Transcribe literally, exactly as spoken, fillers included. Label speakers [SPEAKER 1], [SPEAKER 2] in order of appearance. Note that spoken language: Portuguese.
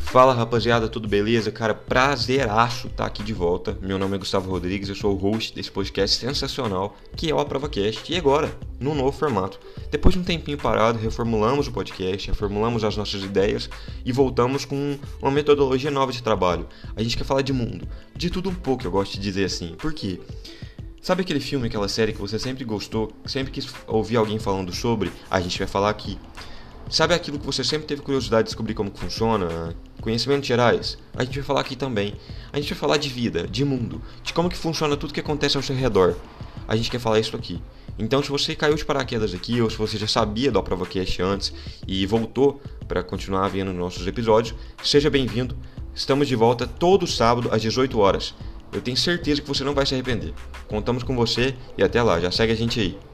[SPEAKER 1] Fala rapaziada, tudo beleza? Cara, prazeraço estar aqui de volta. Meu nome é Gustavo Rodrigues, eu sou o host desse podcast sensacional que é o AprovaCast. E agora, num novo formato. Depois de um tempinho parado, reformulamos o podcast, reformulamos as nossas ideias e voltamos com uma metodologia nova de trabalho. A gente quer falar de mundo, de tudo um pouco, eu gosto de dizer assim. Por quê? Sabe aquele filme, aquela série que você sempre gostou, sempre quis ouvir alguém falando sobre? A gente vai falar aqui. Sabe aquilo que você sempre teve curiosidade de descobrir como que funciona? Conhecimentos gerais? A gente vai falar aqui também. A gente vai falar de vida, de mundo, de como que funciona tudo que acontece ao seu redor. A gente quer falar isso aqui. Então, se você caiu de paraquedas aqui, ou se você já sabia do AprovaCast antes e voltou para continuar vendo nossos episódios, seja bem-vindo. Estamos de volta todo sábado às dezoito horas. Eu tenho certeza que você não vai se arrepender. Contamos com você e até lá. Já segue a gente aí.